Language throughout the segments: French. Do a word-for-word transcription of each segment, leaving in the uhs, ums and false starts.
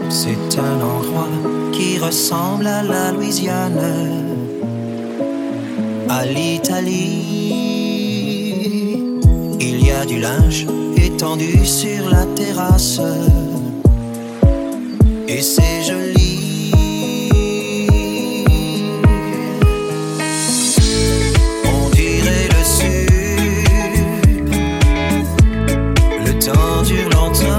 C'est un endroit qui ressemble à la Louisiane, à l'Italie. Il y a du linge étendu sur la terrasse et c'est joli. On dirait le sud, le temps dure longtemps.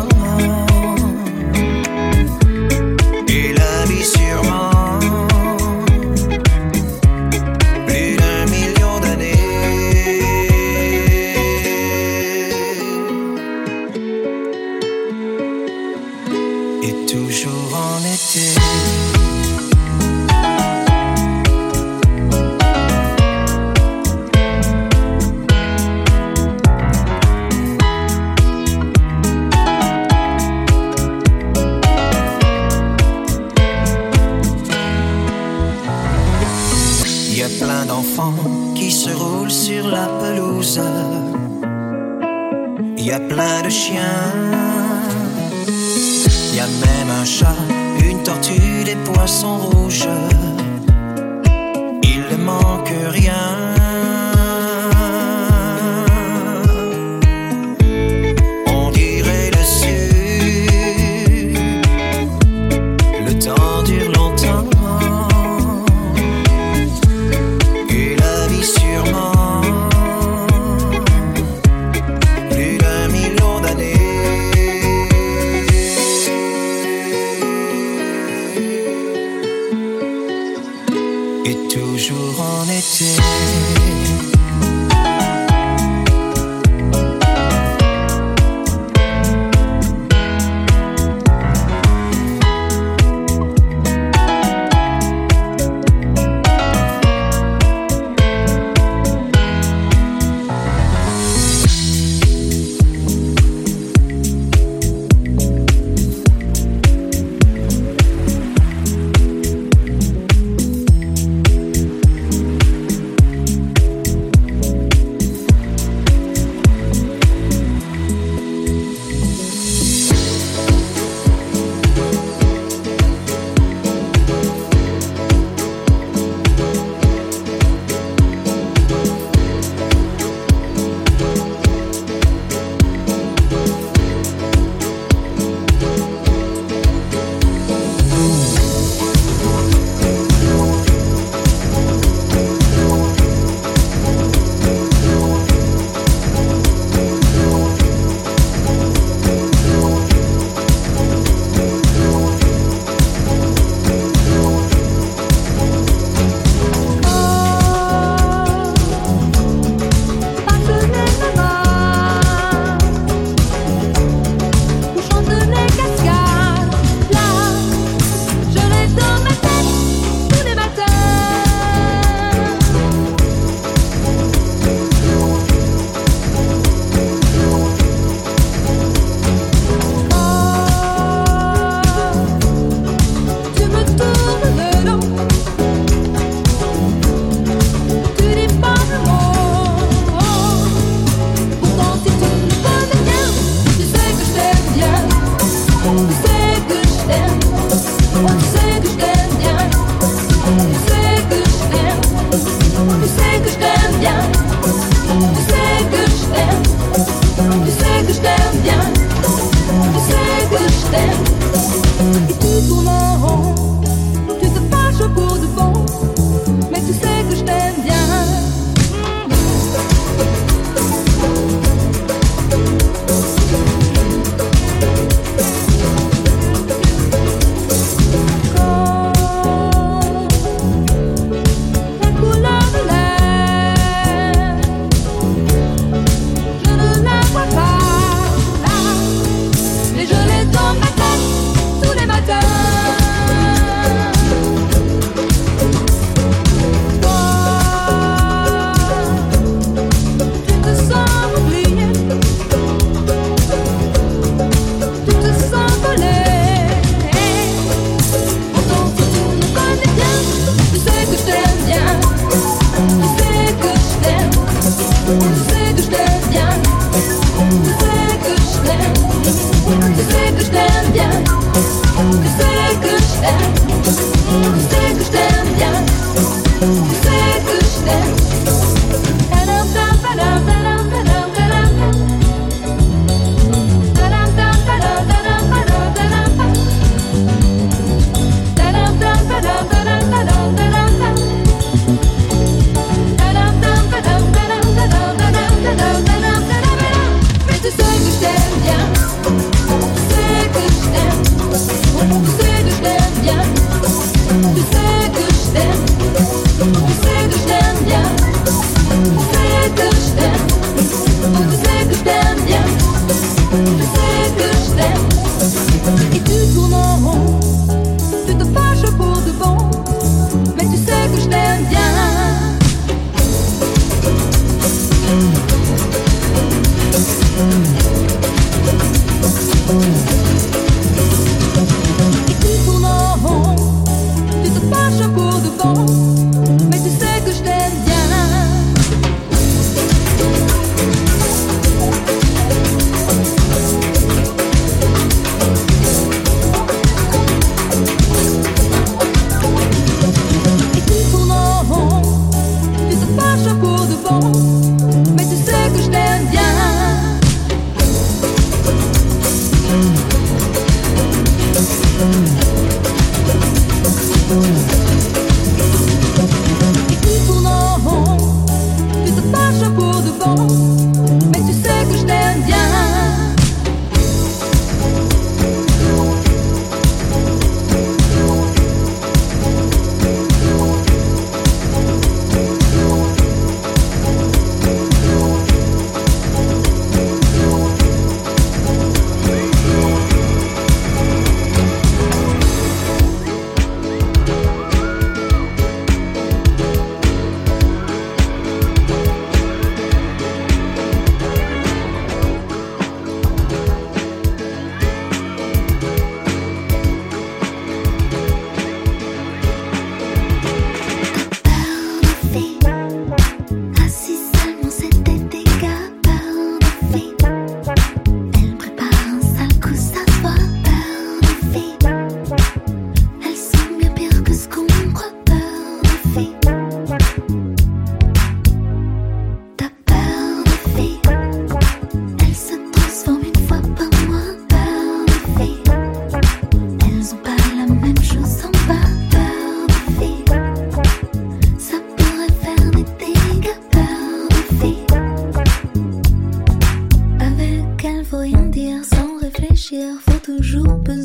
Qui se roulent sur la pelouse. Il y a plein de chiens. Il y a même un chat, une tortue, des poissons rouges. Il ne manque rien. On dirait le sud, le temps dure longtemps. Toujours en été.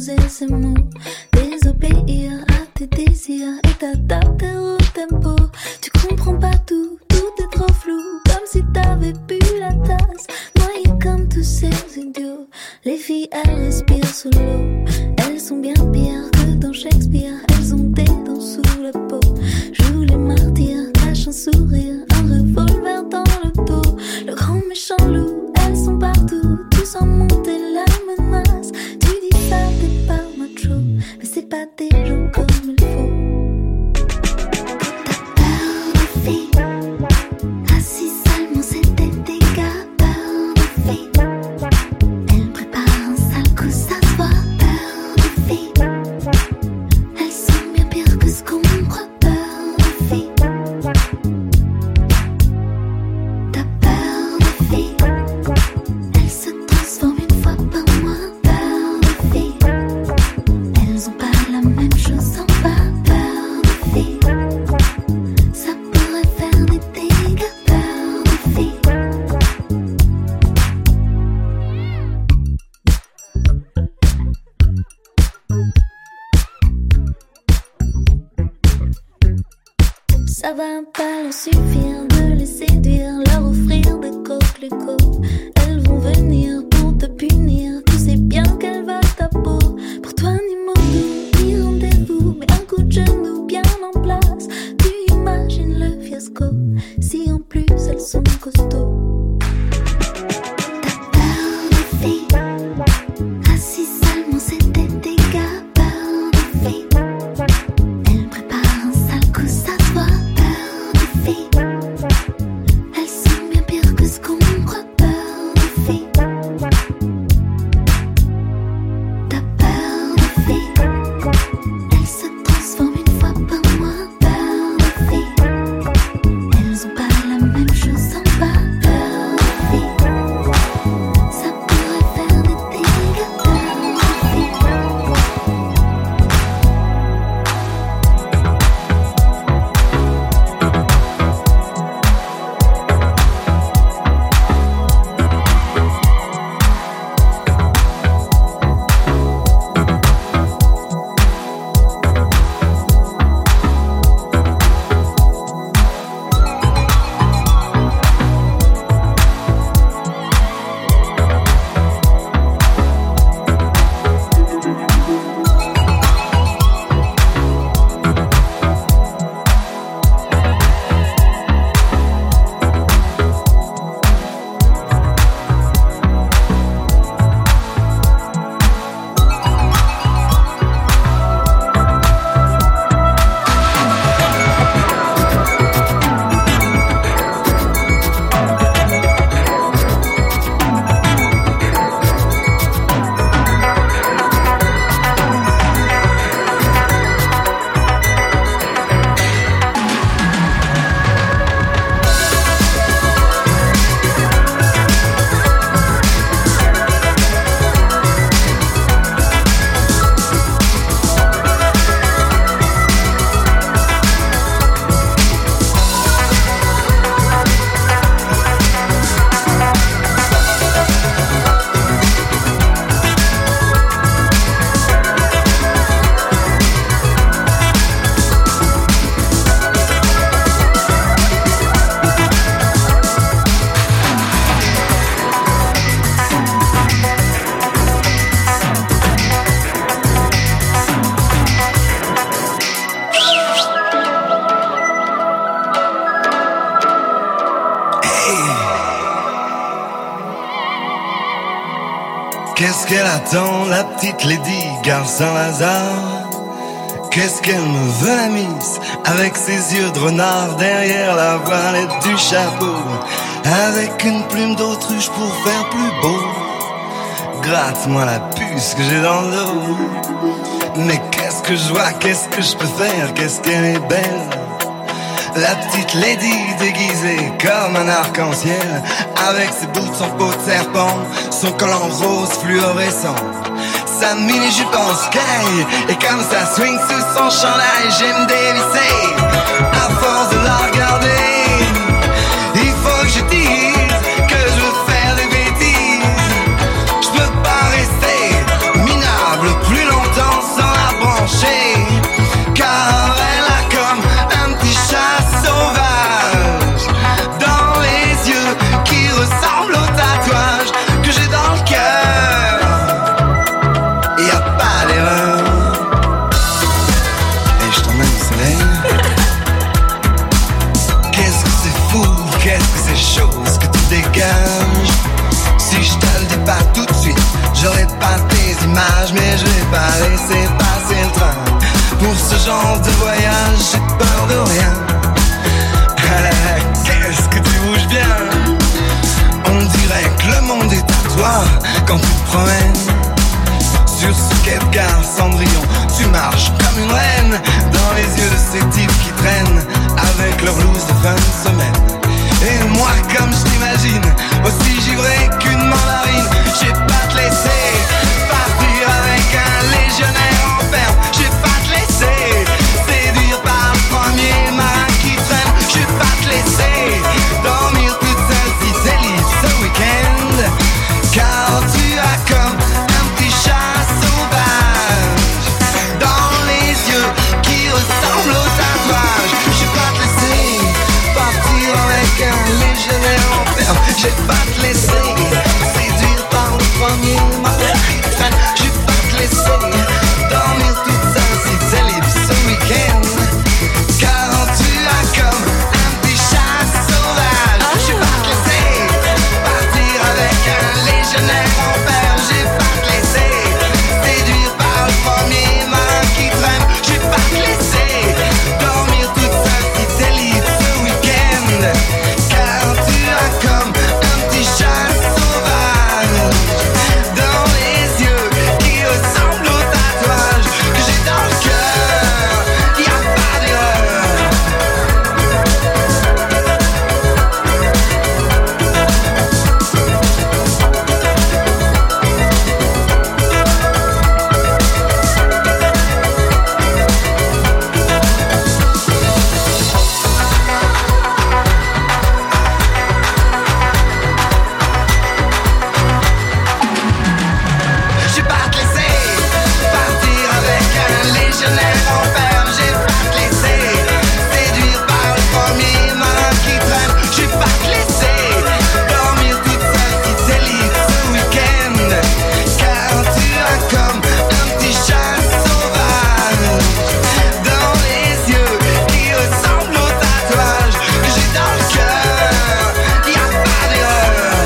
d'oser ces mots, désobéir à tes désirs et t'adapter au tempo. Tu comprends pas tout, tout est trop flou, comme si t'avais bu la tasse, noyé comme tous ces idiots. Les filles elles respirent sous l'eau, elles sont bien pires que dans Shakespeare, elles ont des dents sous la peau. Joue les martyrs, cache un sourire, un revolver dans le dos. Le grand méchant loup, elles sont partout, tu sens monter la menace. Tu dis ça t'es pas macho, mais c'est pas des gens comme il faut. T'as peur des filles, assis seulement c'est des dégâts. Peur des filles, elles préparent un sale coup, ça se voit. Peur des filles, elles sont bien pires que ce qu'on croit. Peur des filles, t'as peur des filles, elles se transforment une fois par mois. Peur des filles, elles ont pas la même chose en bas. Peur des filles, ça pourrait faire des dégâts. Peur des filles. Ça va pas leur suffire de les séduire, leur offrir des coquelicots. Elles vont venir pour te punir, tu sais bien qu'elles veulent ta peau. Pour toi ni mot doux, ni rendez-vous, mais un coup de genou bien en place. Tu imagines le fiasco, si en plus elles sont costauds. T'as peur des filles, assis seulement c'est des dégâts. Peur des filles, elles préparent un sale coup, ça se voit. Peur des filles, elles sont bien pires que ce qu'on croit. Peur des filles, t'as peur des filles, elles se transforment une fois par mois. Peur des filles, elles ont pas la même chose en bas. Peur des filles, ça pourrait faire des dégâts. Peur des filles. Qu'est-ce qu'elle attend, la petite Lady Gare Saint-Lazare? Qu'est-ce qu'elle me veut, la miss, avec ses yeux de renard derrière la voilette du chapeau, avec une plume d'autruche pour faire plus beau? Gratte-moi la puce que j'ai dans le dos. Mais qu'est-ce que je vois, qu'est-ce que je peux faire, qu'est-ce qu'elle est belle, la petite Lady déguisée comme un arc-en-ciel, avec ses boots en peau de serpent, son collant rose fluorescent, sa mini-jupe en sky, et comme ça swing sous son chandail, j'aime dévisser. À force de la regarder, il faut que je dise que je veux faire des bêtises. Je peux pas rester minable plus longtemps. je vais pas laisser passer le train. Pour ce genre de voyage, j'ai peur de rien. Ah là là, qu'est-ce que tu bouges bien. On dirait que le monde est à toi quand tu te promènes. Sur ce quai de gare Cendrillon, tu marches comme une reine dans les yeux de ces types qui traînent avec leur blouse de fin de semaine. Et moi, comme je t'imagine, aussi givré qu'une mandarine, j'ai pas te laisser partir avec un légionnaire en ferme. J'ai pas te laisser séduire par le premier marin qui traîne. J'ai pas te laisser dormir toute seule si t'es libre ce week-end. Car tu as comme un petit chat sauvage dans les yeux qui ressemblent au tatouage. J'ai pas te laisser partir avec un légionnaire en ferme. J'ai pas te laisser séduire par le premier marin qui traîne. J'ai pas te laisser dormir toute seule si t'es libre ce week-end. Car tu as comme un petit chat sauvage. J'ai pas te laisser partir avec un légionnaire en ferme. J'ai pas te laisser séduire par le premier marin qui traîne. J'ai pas te laisser dormir toute seule si t'es libre ce week-end. Car tu as comme un petit chat sauvage dans les yeux qui ressemblent au tatouage que j'ai dans le cœur. Y'a pas d'erreur. J'ai pas te laisser partir avec un légionnaire en ferme. J'ai pas te laisser séduire par le premier marin qui traîne. J'ai pas te laisser dormir toute seule si t'es libre ce week-end. Car tu as comme un petit chat sauvage dans les yeux qui ressemblent au tatouage que j'ai dans le cœur. Y'a pas d'erreur.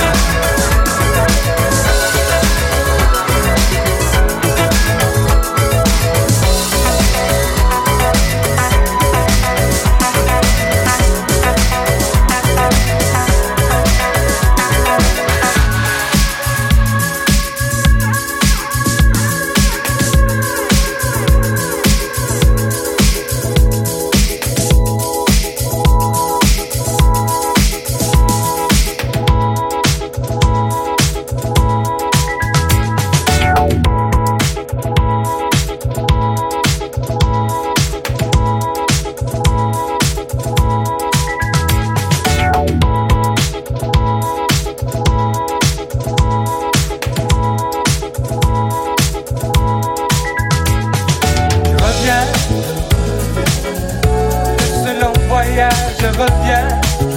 reviens. De ce long voyage, je reviens.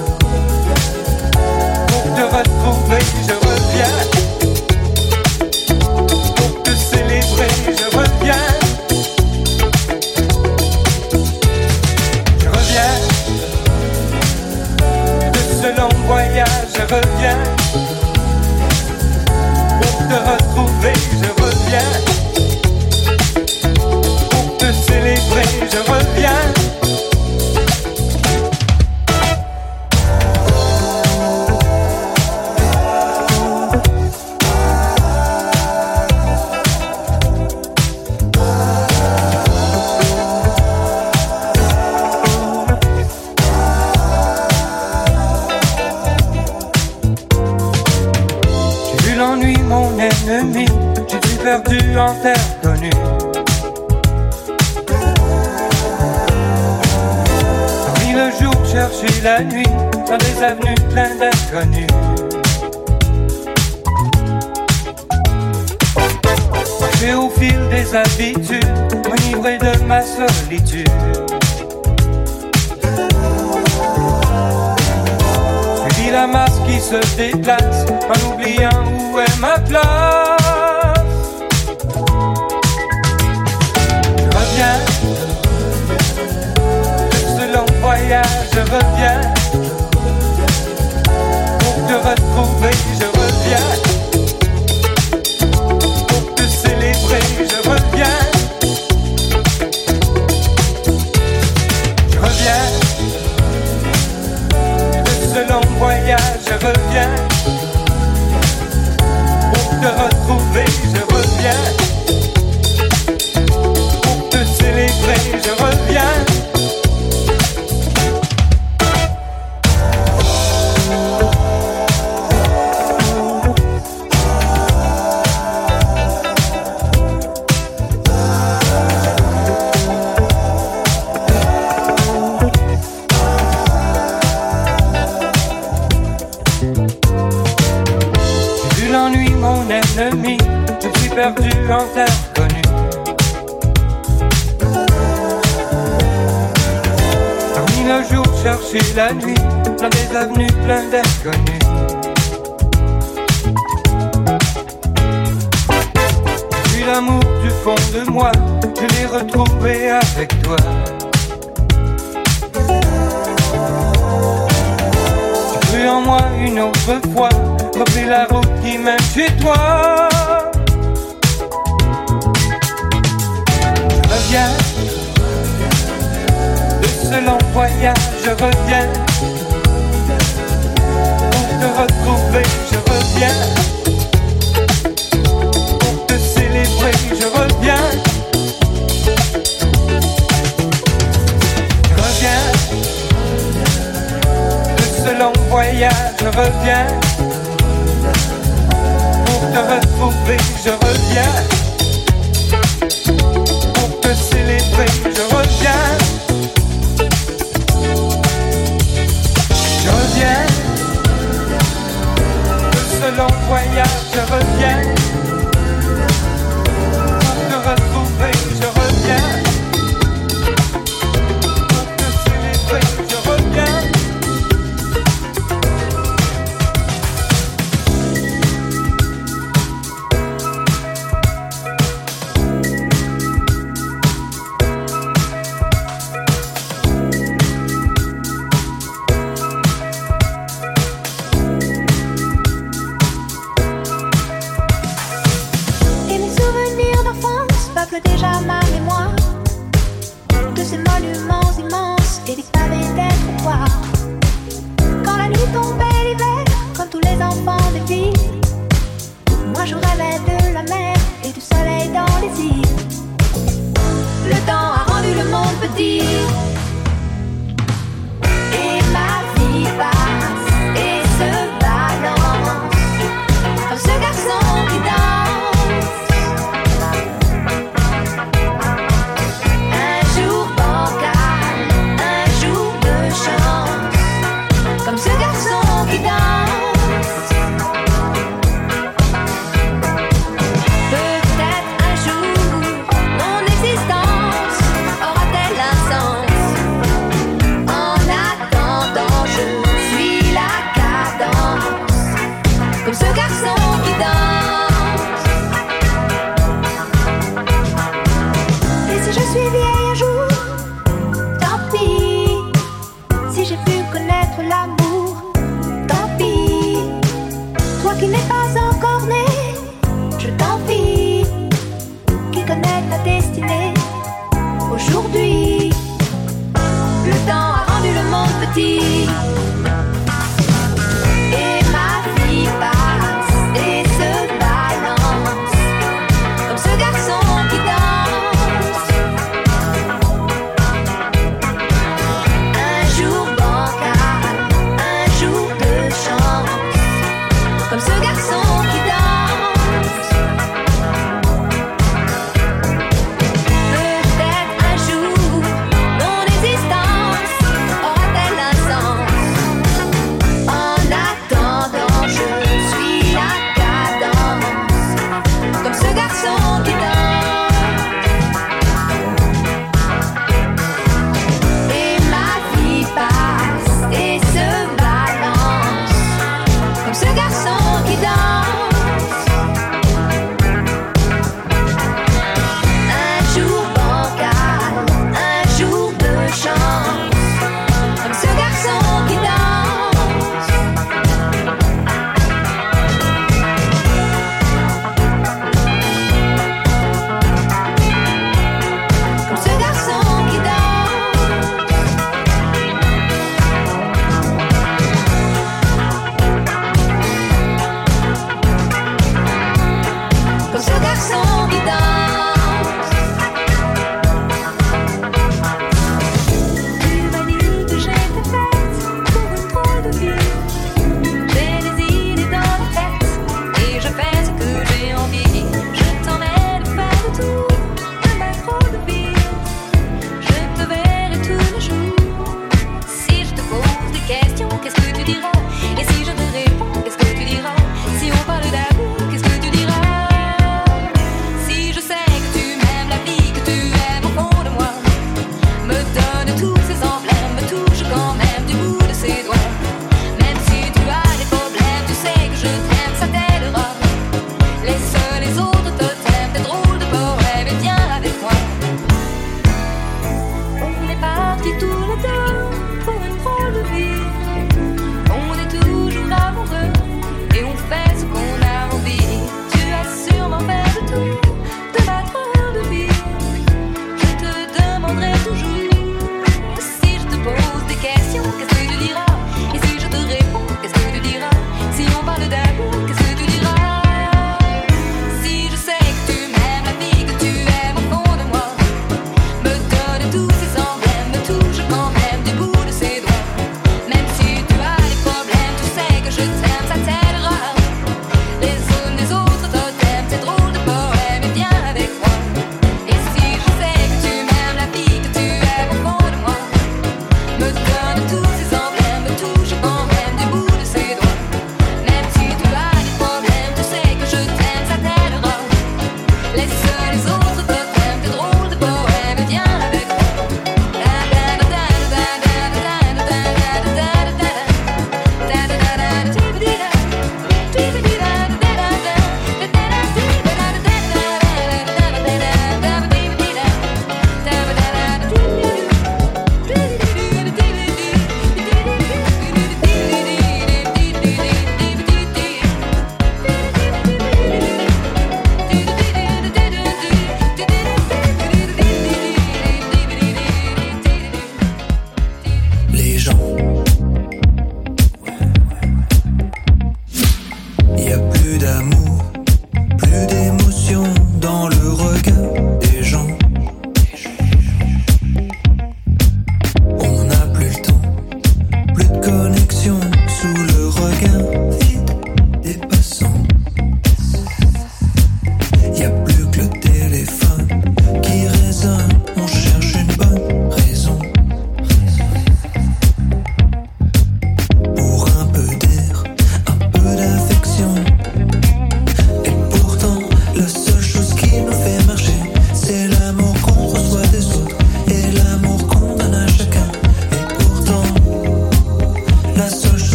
Pour te retrouver, je reviens. Pour te célébrer, je reviens. Je reviens. De ce long voyage, je reviens. Pour te retrouver, je reviens. Pour te célébrer, je reviens. J'ai vu l'ennui, mon ennemi. J'ai tout perdu en terre connue. J'ai le jour chercher la nuit dans des avenues pleines d'inconnus. J'ai au fil des habitudes m'enivrer de ma solitude. J'ai vu la masse qui se déplace en oubliant où est ma place. Je reviens. Long voyage, je reviens. Pour te retrouver, je reviens. Pour te célébrer, je reviens. je reviens. ennemi, je suis perdu en terre connue. Parmi le jour, chercher la nuit, dans des avenues pleines d'inconnus. Puis l'amour du fond de moi, je l'ai retrouvé avec toi. J'ai cru en moi une autre fois, repris la route qui mène chez toi. Je reviens de ce long voyage, je reviens pour te retrouver, je reviens pour te célébrer, je reviens. Je reviens de ce long voyage, je reviens pour te retrouver, je reviens pour te célébrer, je reviens. Je reviens de ce long voyage, je reviens pour te retrouver, je reviens pour te célébrer, je reviens. Déjà ma mémoire de ces monuments immenses et des pavés d'être toi. Quand la nuit tombait l'hiver, comme tous les enfants des villes, moi je rêvais de la mer et du soleil dans les îles. Le temps a rendu le monde petit et ma vie passe et se balance comme ce garçon qui danse. Comme ce garçon qui danse.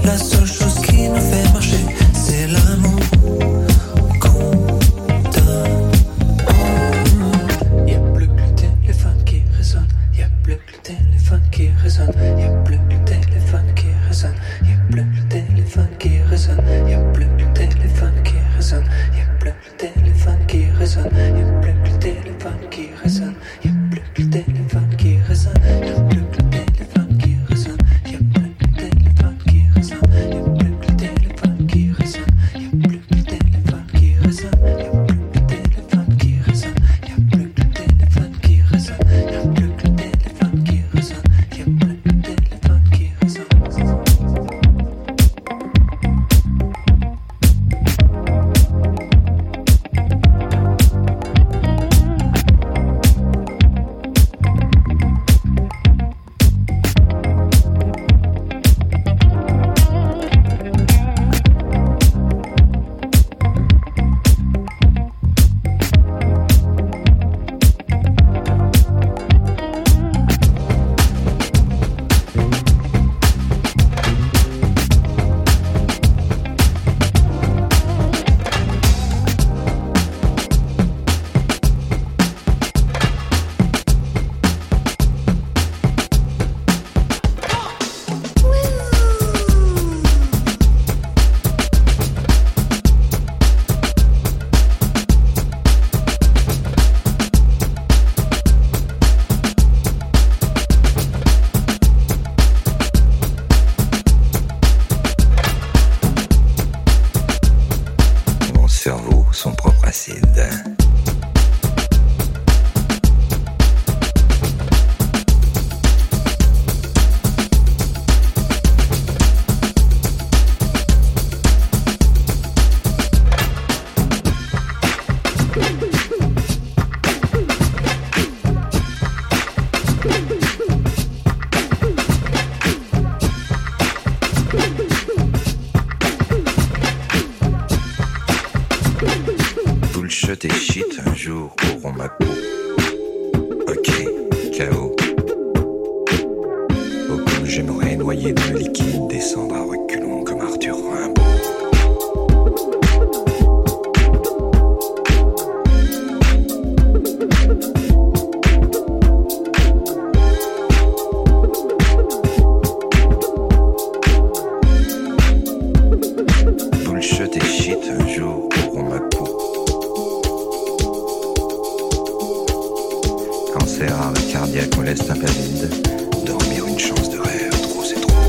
La seule chose qui nous fait marcher, c'est l'amour qu'on donne. Y'a plus que le téléphone qui résonne. Y'a plus que le téléphone qui résonne. Y'a plus que le téléphone qui résonne. Y'a plus que le téléphone qui résonne. Y'a plus que le téléphone qui résonne. Y'a plus que le téléphone qui résonne. Y'a plus que le téléphone qui résonne. Y'a plus que le téléphone qui résonne. Y'a plus que le téléphone qui résonne. Y'a plus que le téléphone qui résonne. Y'a plus que le téléphone qui résonne. Y'a plus que le téléphone qui résonne. Y'a plus que le téléphone qui résonne. Y'a plus que le téléphone qui résonne. Y'a plus que le téléphone qui résonne. Y'a plus que le téléphone qui résonne. Cerveau, son propre acide. Bullshit et shit un jour auront ma peau. Ok, K O. Oh, comme j'aimerais noyer dans le liquide, descendre à reculons comme Arthur Rimbaud. Bullshit et shit un jour auront ma peau. Cancer, arrêt cardiaque, moleste invalide. Dormir une chance de rêve, trop c'est trop.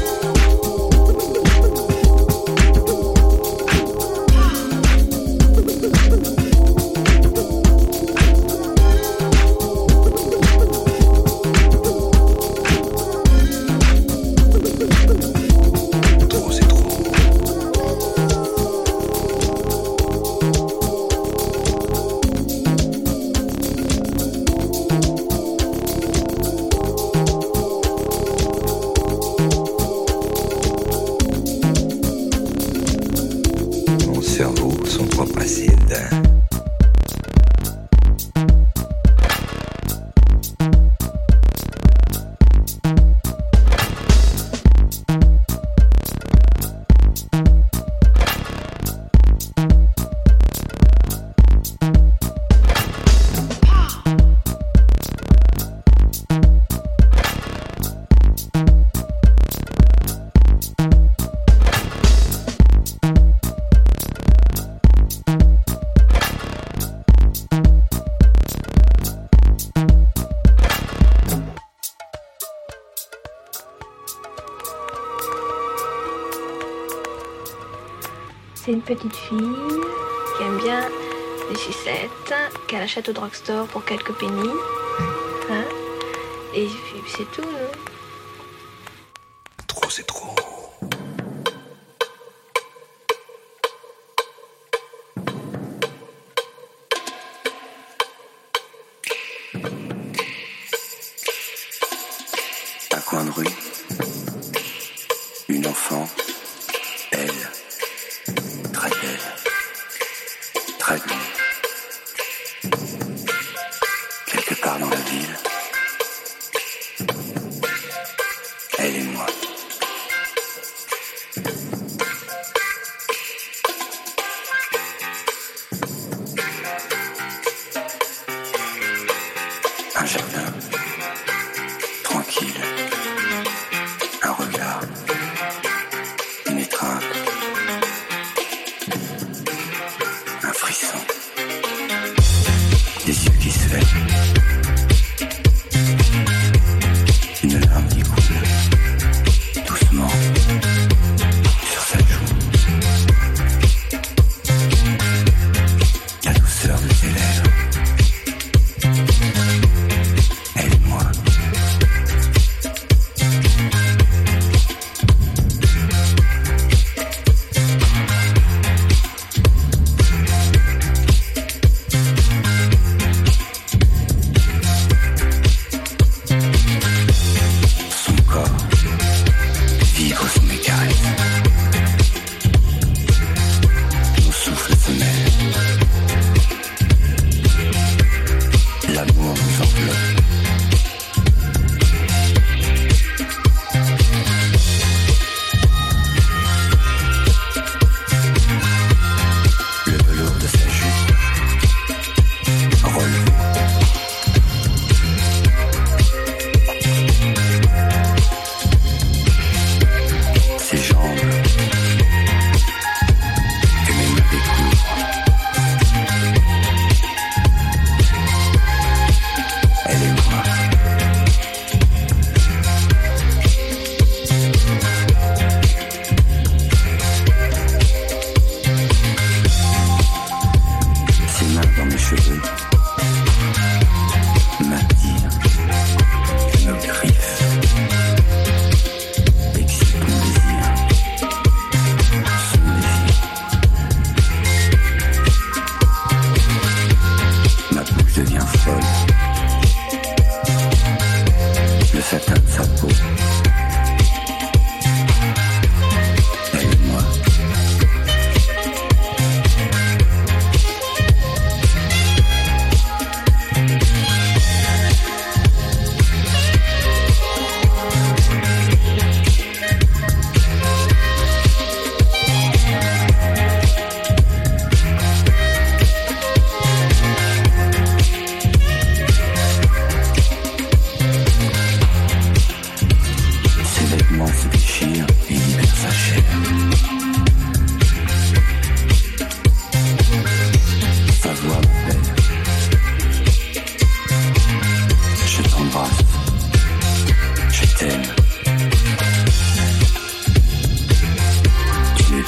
Trop c'est trop. Mon cerveau, son propre acide. C'est une petite fille qui aime bien les sucettes, qu'elle achète au drugstore pour quelques pennies. Hein? Et c'est tout, non? Trop c'est trop. Un coin de rue, une enfant, elle, très belle, très blonde. Quelque part dans la ville, elle et moi.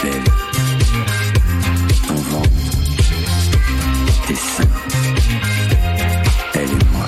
belle. Ton ventre, tes seins, elle et moi.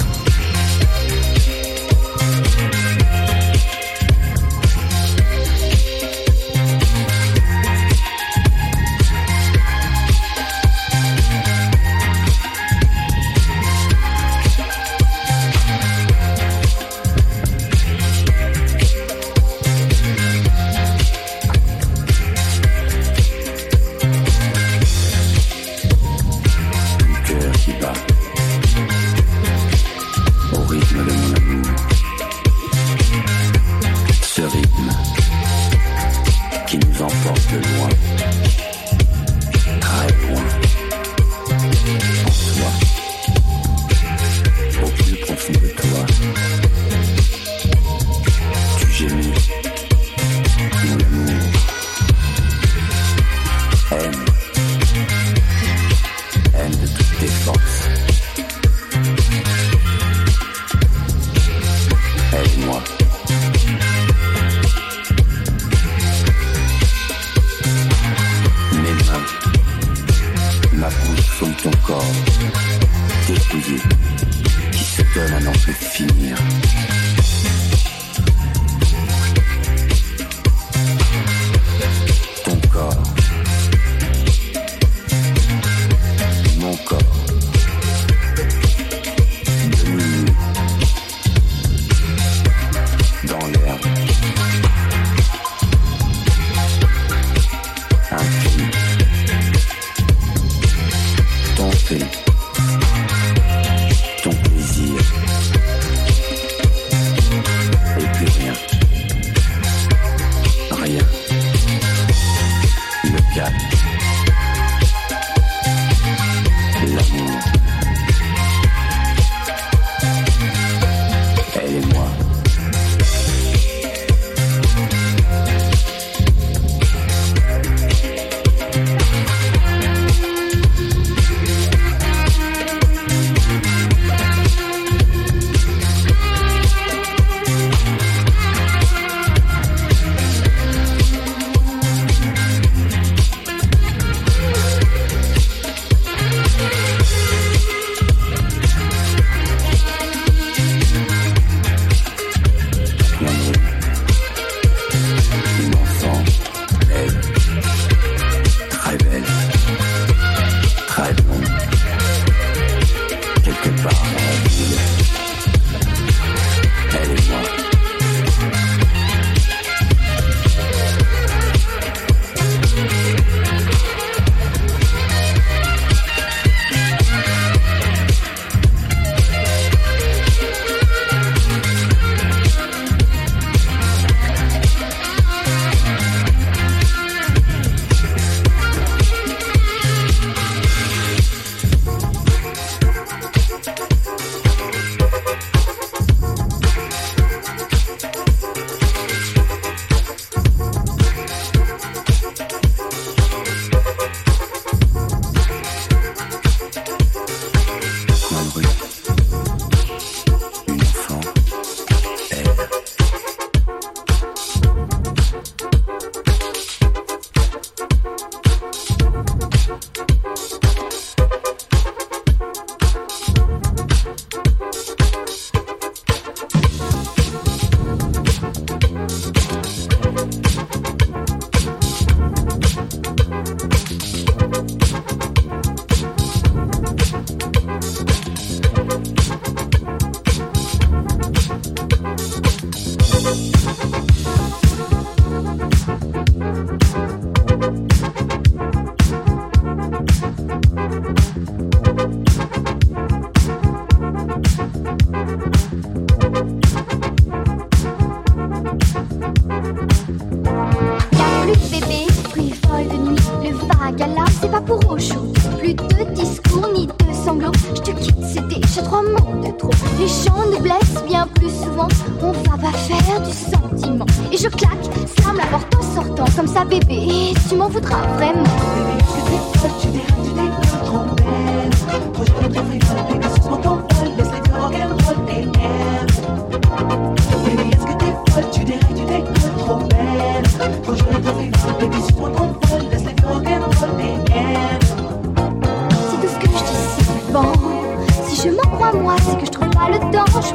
Tu dérailles, tu décolles trop belle. Quand je les trouve, baby, suis-moi ton vol.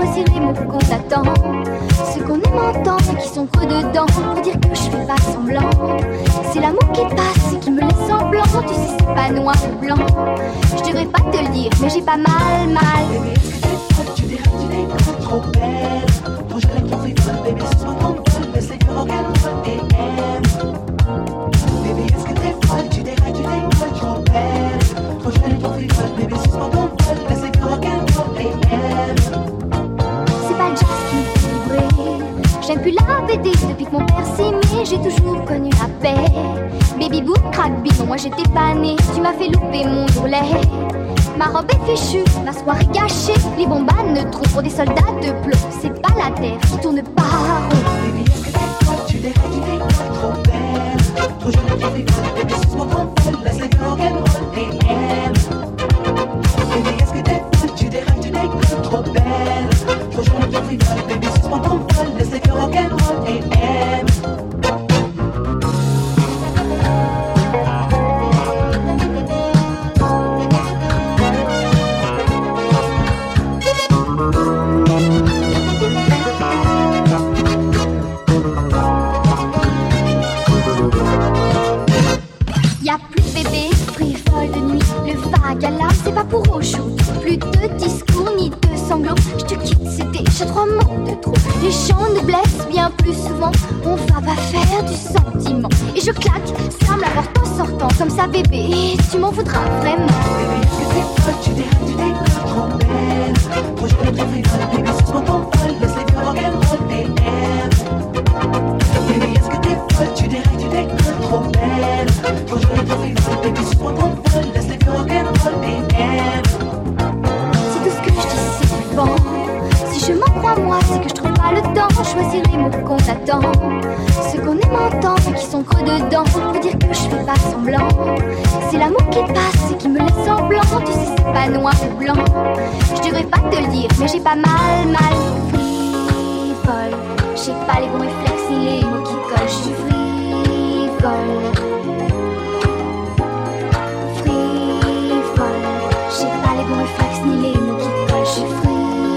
choisir les mots qu'on attend. Ceux qu'on aime entendre, qui sont creux dedans, pour dire que je fais pas semblant. C'est l'amour qui passe et qui me laisse en blanc. Tu sais, c'est pas noir ou blanc. Je devrais pas te le dire, mais j'ai pas mal, mal. Bébé, est-ce que t'es folle? Tu dirais que tu n'es que trop belle. Trop jeune et trop frivole, bébé, ce soir ton vol. Laisse les cœurs rock'n'roll et aime. Bébé, est-ce que t'es folle? Tu dirais que tu n'es que trop belle. Trop jeune et trop frivole, bébé, ce soir ton vol. Laisse les cœurs rock'n'roll et aime. C'est pas le jazz qui me fait vibrer. J'aime plus la B D depuis que mon père s'est mis. J'ai toujours connu la paix. Baby boom, crack bidon, moi j'étais pas née. Tu m'as fait louper mon ourlet. Ma robe est fichue, ma soirée gâchée. Les bombanes ne trouvent pour des soldats de plomb. C'est pas la terre qui tourne pas rond. Baby, est-ce que t'es folle? Tu dirais que tu n'es que trop belle. Trop jeune et trop frivole, bébé, ce soir ton vol. Laisse les cœurs rock'n'roll et aime. Baby, est-ce que t'es folle? Tu dirais que tu n'es que trop belle. Trop jeune et trop frivole, bébé, ce soir ton vol. Laisse les cœurs rock'n'roll et aime. C'est pas pour aujourd'hui. Plus de discours ni de sanglots. Je te quitte, c'est déjà trois mots de trop. Les chants nous blessent bien plus souvent. On va pas faire du sentiment. Et je claque, ferme la porte en sortant. Comme ça bébé, tu m'en voudras vraiment. Bébé, est-ce que t'es folle? Tu dirais que tu n'es que trop belle. Trop jeune et trop frivole, bébé, ce soir ton vol. Laisse les cœurs rock'n'roll et aime. Bébé, est-ce que t'es folle? Tu dirais que tu n'es que trop belle. Trop jeune et trop frivole, bébé, ce soir ton vol. Laisse les cœurs rock'n'roll et aime. Si tout ce que je dis c'est du vent, si je m'en crois moi, c'est que je trouve pas le temps. Choisir les mots qu'on attend. Ceux qu'on aime entendre, qui sont creux dedans, pour dire que je fais pas semblant. C'est l'amour qui passe et qui me laisse en blanc. Tu sais, c'est pas noir ou blanc. Je devrais pas te le dire, mais j'ai pas mal, mal. Frivole, j'ai pas les bons réflexes ni les mots qui collent. Je suis frivole. Frivole, j'ai pas les bons réflexes ni les mots qui collent. Je suis frivole.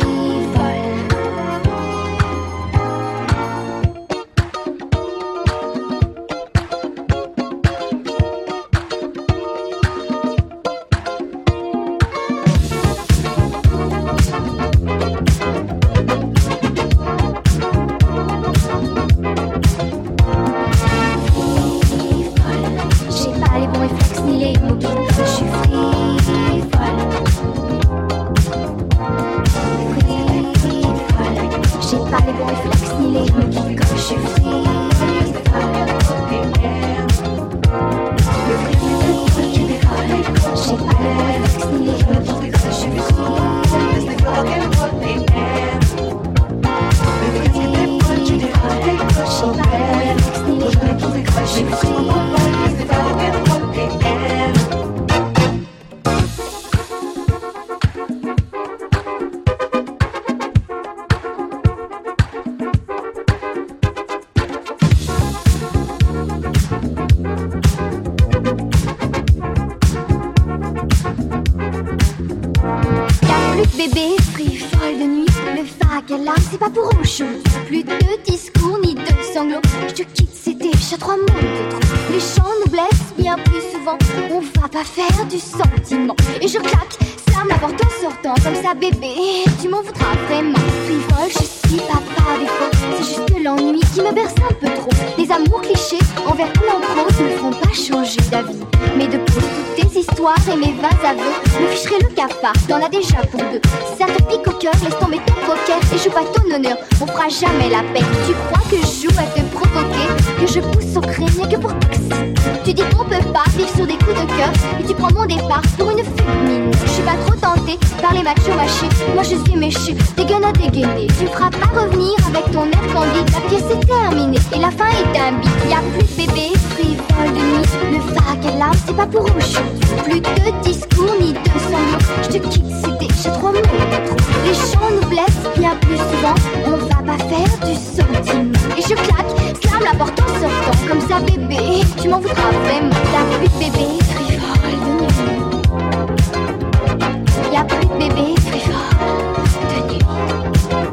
Bébé, frivole de nuit, le vague alarme, c'est pas pour aujourd'hui. Plus de discours ni de sanglots. Je te quitte, c'est déjà trois mots de trop. Les chants nous blessent bien plus souvent. On va pas faire du sentiment. Et je claque, ferme la porte en sortant. Comme ça bébé, tu m'en voudras vraiment. Frivole, je suis pas par défaut. C'est juste l'ennui qui me berce un peu trop. Les amours clichés envers l'encrose ne me feront pas changer d'avis. Mais de plus toutes tes histoires et mes vains aveux, me ficherai le cafard, t'en as déjà pour deux. Si ça te pique au cœur, laisse tomber ton poker et joue pas ton honneur, on fera jamais la paix. Tu crois que je joue à te provoquer, que je pousse au cri rien que pour t'exciter. Tu dis qu'on peut pas vivre sur des coups de cœur et tu prends mon départ pour une fulmine. Je suis pas trop tentée par les machos machés, moi je suis méchée, dégaine à dégainer. Tu me feras pas revenir avec ton air candide, la pièce est terminée et la fin est un beat. Y'a plus de bébé, frivole de nuit, le vague alarme, c'est pas pour aujourd'hui. Plus de discours ni de sanglots, je te quitte, c'est déjà trois mots de trop. Les chants nous blessent bien plus souvent, on va pas faire du sentiment. Et je claque, slam la porte en sortant, comme ça bébé, tu m'en voudras vraiment. Y'a plus de bébé, frivole de nuit. Y'a plus de bébé, frivole de nuit.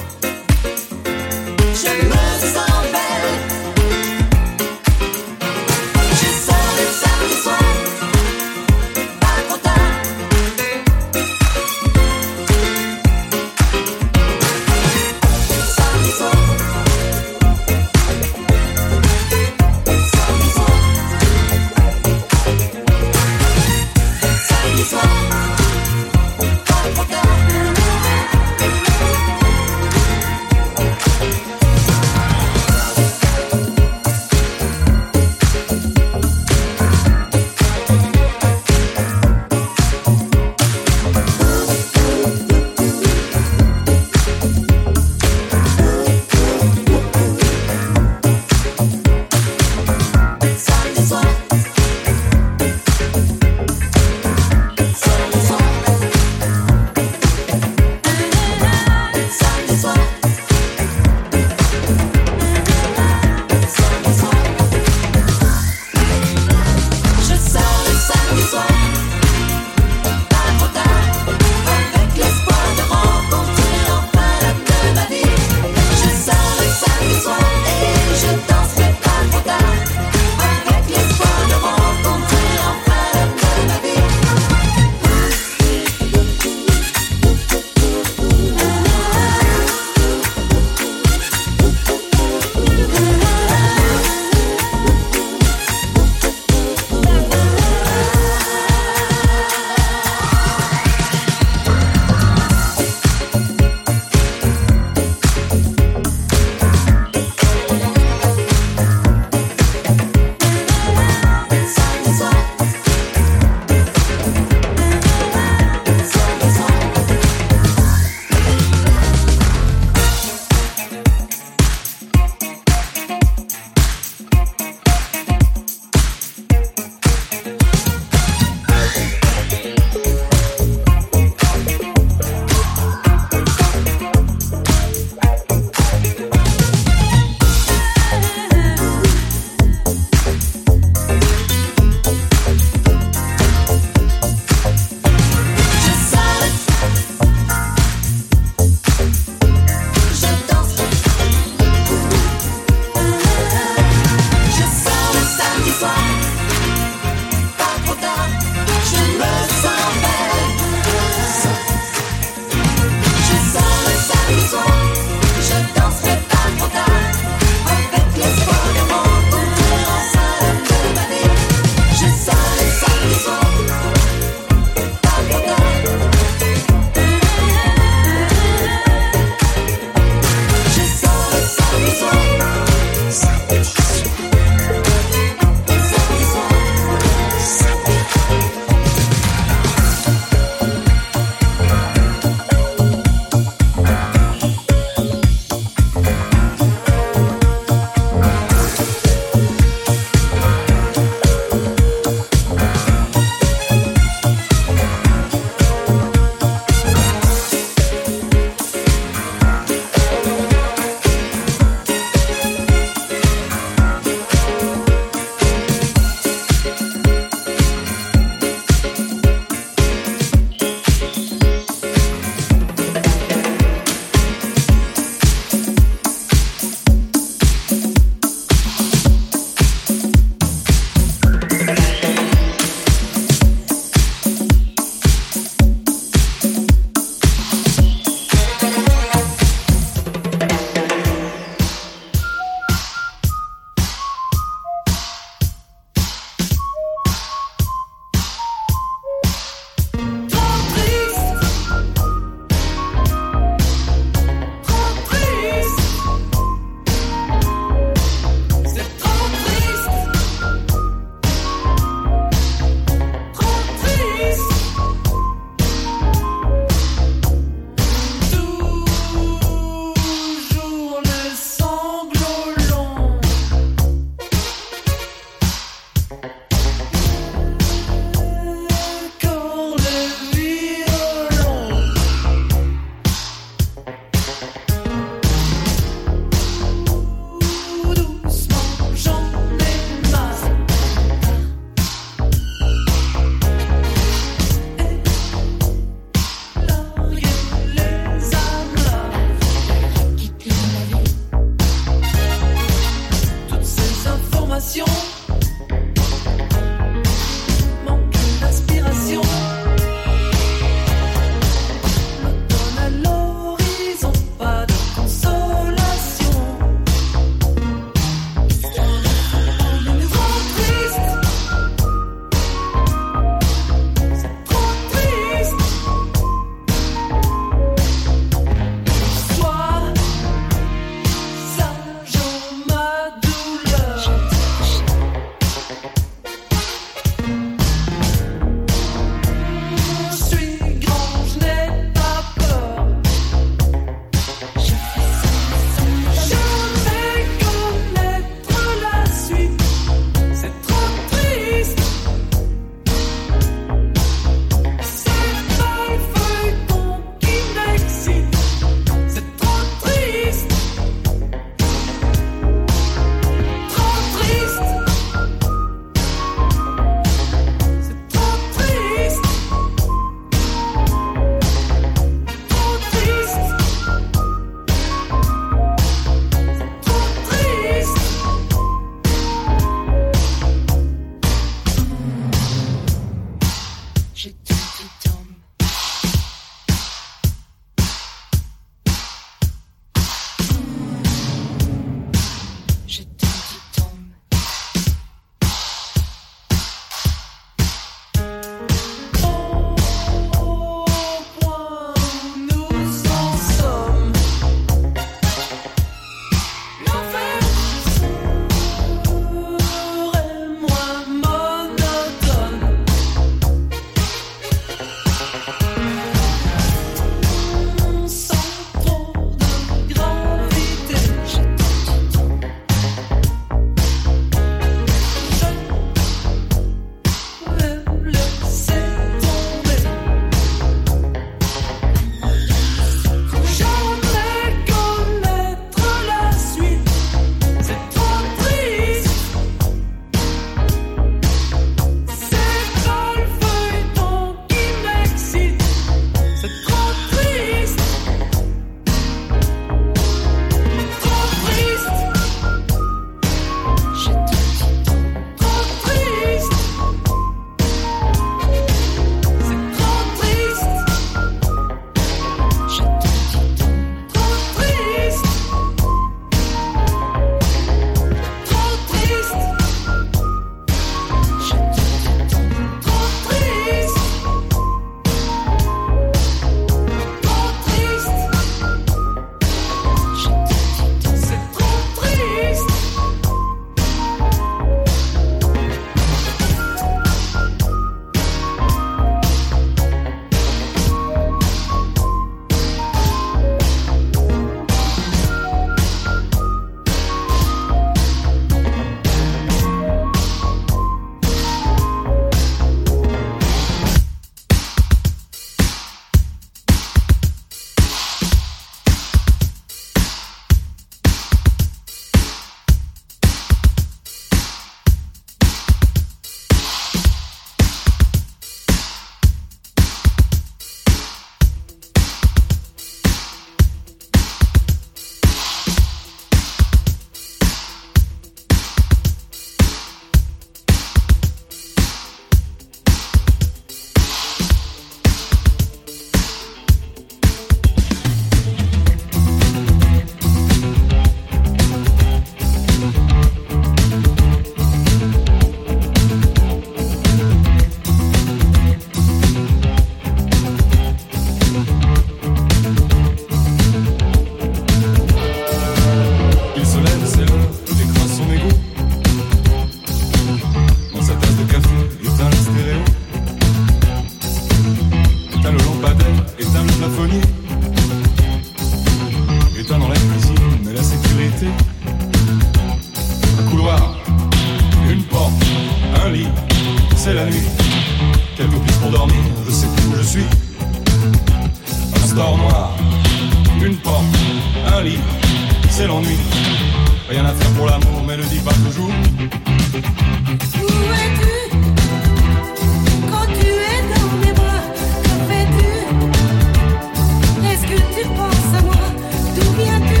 t'ennuies. Rien à faire pour l'amour, mais ne dis pas toujours. Où es-tu quand tu es dans mes bras? Que fais-tu? Est-ce que tu penses à moi? D'où viens-tu?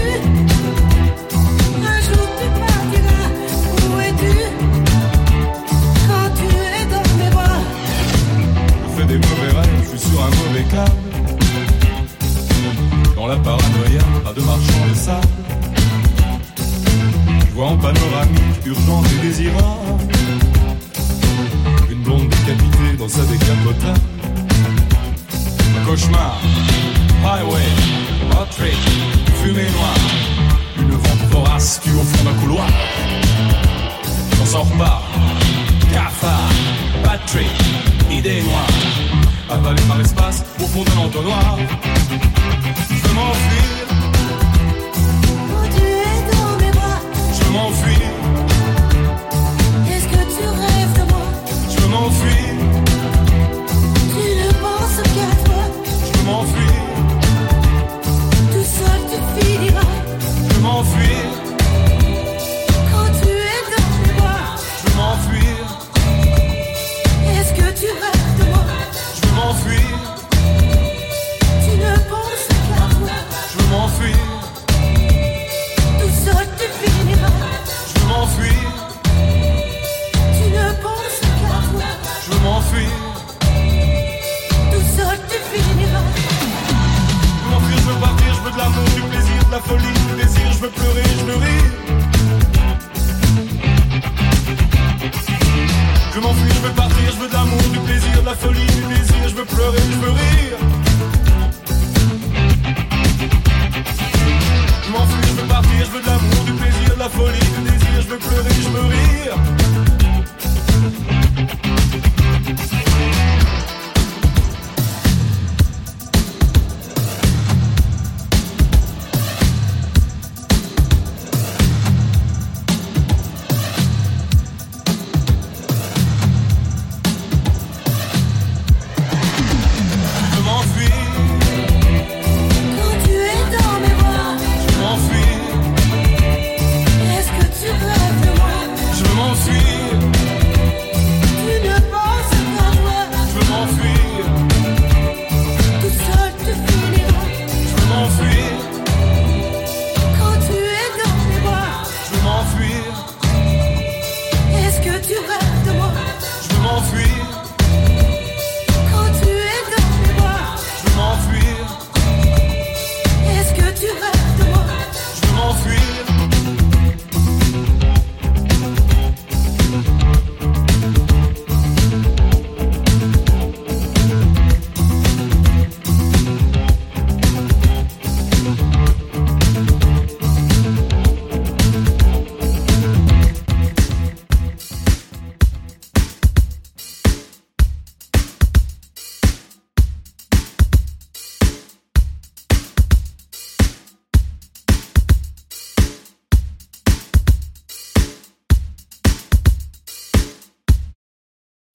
Un jour tu partiras. Où es-tu quand tu es dans mes bras? Je fais des mauvais rêves, je suis sur un mauvais câble. Dans la paranoïa, à deux marchands de sable. Je vois en panoramique, urgente et désirable, une blonde décapitée dans sa décapotable. Cauchemar, highway, hot trick, fumée noire. Une vente vorace tue au fond d'un couloir. On s'en repart, cafard, Patrick, idée noire. Avalé par l'espace, au fond d'un entonnoir.